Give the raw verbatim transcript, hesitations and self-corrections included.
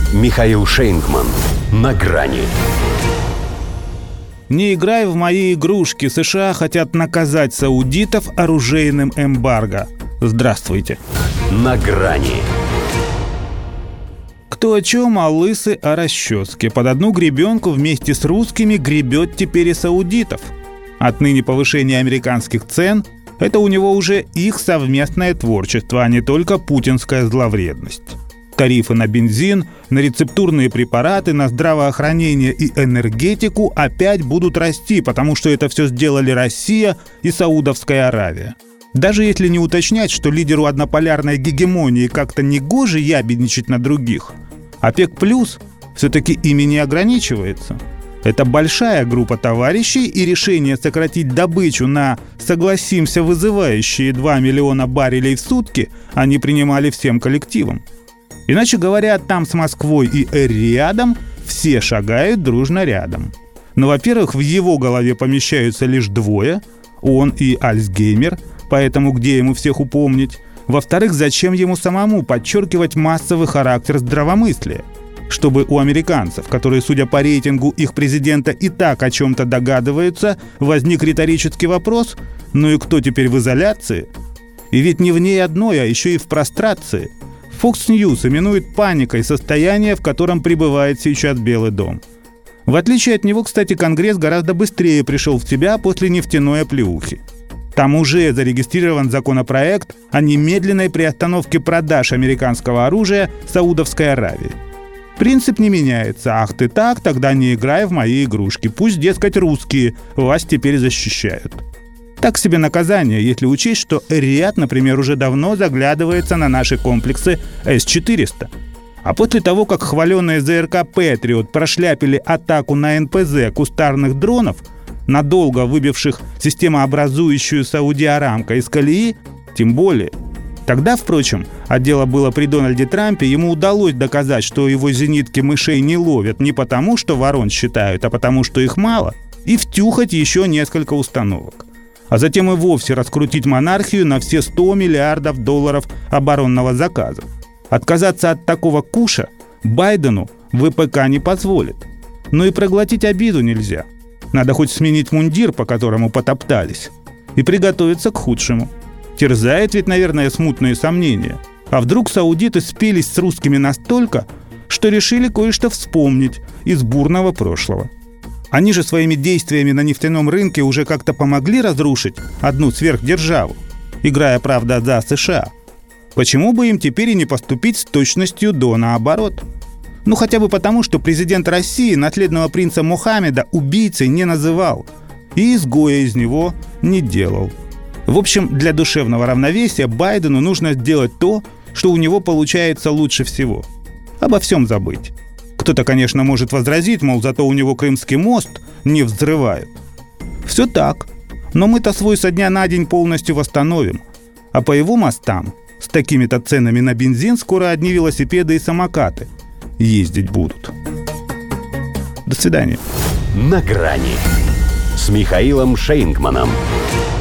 Михаил Шейнгман. На грани. Не играй в мои игрушки. США хотят наказать саудитов оружейным эмбарго. Здравствуйте. На грани. Кто о чем, а лысый о расческе. Под одну гребенку вместе с русскими гребет теперь и саудитов. Отныне повышение американских цен – это у него уже их совместное творчество, а не только путинская зловредность. Тарифы на бензин, на рецептурные препараты, на здравоохранение и энергетику опять будут расти, потому что это все сделали Россия и Саудовская Аравия. Даже если не уточнять, что лидеру однополярной гегемонии как-то негоже ябедничать на других, ОПЕК плюс все-таки ими не ограничивается. Это большая группа товарищей, и решение сократить добычу на, согласимся, вызывающие два миллиона баррелей в сутки они принимали всем коллективом. Иначе говоря, там с Москвой и Эр-Рiyadом все шагают дружно рядом. Но, во-первых, в его голове помещаются лишь двое, он и Альцгеймер, поэтому где ему всех упомнить? Во-вторых, зачем ему самому подчеркивать массовый характер здравомыслия? Чтобы у американцев, которые, судя по рейтингу их президента, и так о чем-то догадываются, возник риторический вопрос: ну и кто теперь в изоляции? И ведь не в ней одной, а еще и в прострации. Fox News именует паникой состояние, в котором пребывает сейчас Белый дом. В отличие от него, кстати, Конгресс гораздо быстрее пришел в себя после нефтяной оплеухи. Там уже зарегистрирован законопроект о немедленной приостановке продаж американского оружия Саудовской Аравии. Принцип не меняется. Ах ты так, тогда не играй в мои игрушки. Пусть, дескать, русские вас теперь защищают. Так себе наказание, если учесть, что Эр-Рияд, например, уже давно заглядывается на наши комплексы эс четыреста. А после того, как хваленные ЗРК «Патриот» прошляпили атаку на эн пэ зэ кустарных дронов, надолго выбивших системообразующую Сауди Арамко из колеи, тем более. Тогда, впрочем, а дело было при Дональде Трампе, ему удалось доказать, что его зенитки мышей не ловят не потому, что ворон считают, а потому, что их мало, и втюхать еще несколько установок. А затем и вовсе раскрутить монархию на все сто миллиардов долларов оборонного заказа. Отказаться от такого куша Байдену вэ пэ ка не позволит. Но и проглотить обиду нельзя. Надо хоть сменить мундир, по которому потоптались, и приготовиться к худшему. Терзает ведь, наверное, смутные сомнения. А вдруг саудиты спелись с русскими настолько, что решили кое-что вспомнить из бурного прошлого. Они же своими действиями на нефтяном рынке уже как-то помогли разрушить одну сверхдержаву, играя, правда, за США. Почему бы им теперь и не поступить с точностью до наоборот? Ну хотя бы потому, что президент России наследного принца Мухаммеда убийцей не называл и изгоя из него не делал. В общем, для душевного равновесия Байдену нужно сделать то, что у него получается лучше всего. Обо всем забыть. Кто-то, конечно, может возразить, мол, зато у него Крымский мост не взрывают. Все так, но мы-то свой со дня на день полностью восстановим. А по его мостам с такими-то ценами на бензин скоро одни велосипеды и самокаты ездить будут. До свидания. На грани с Михаилом Шейнгманом.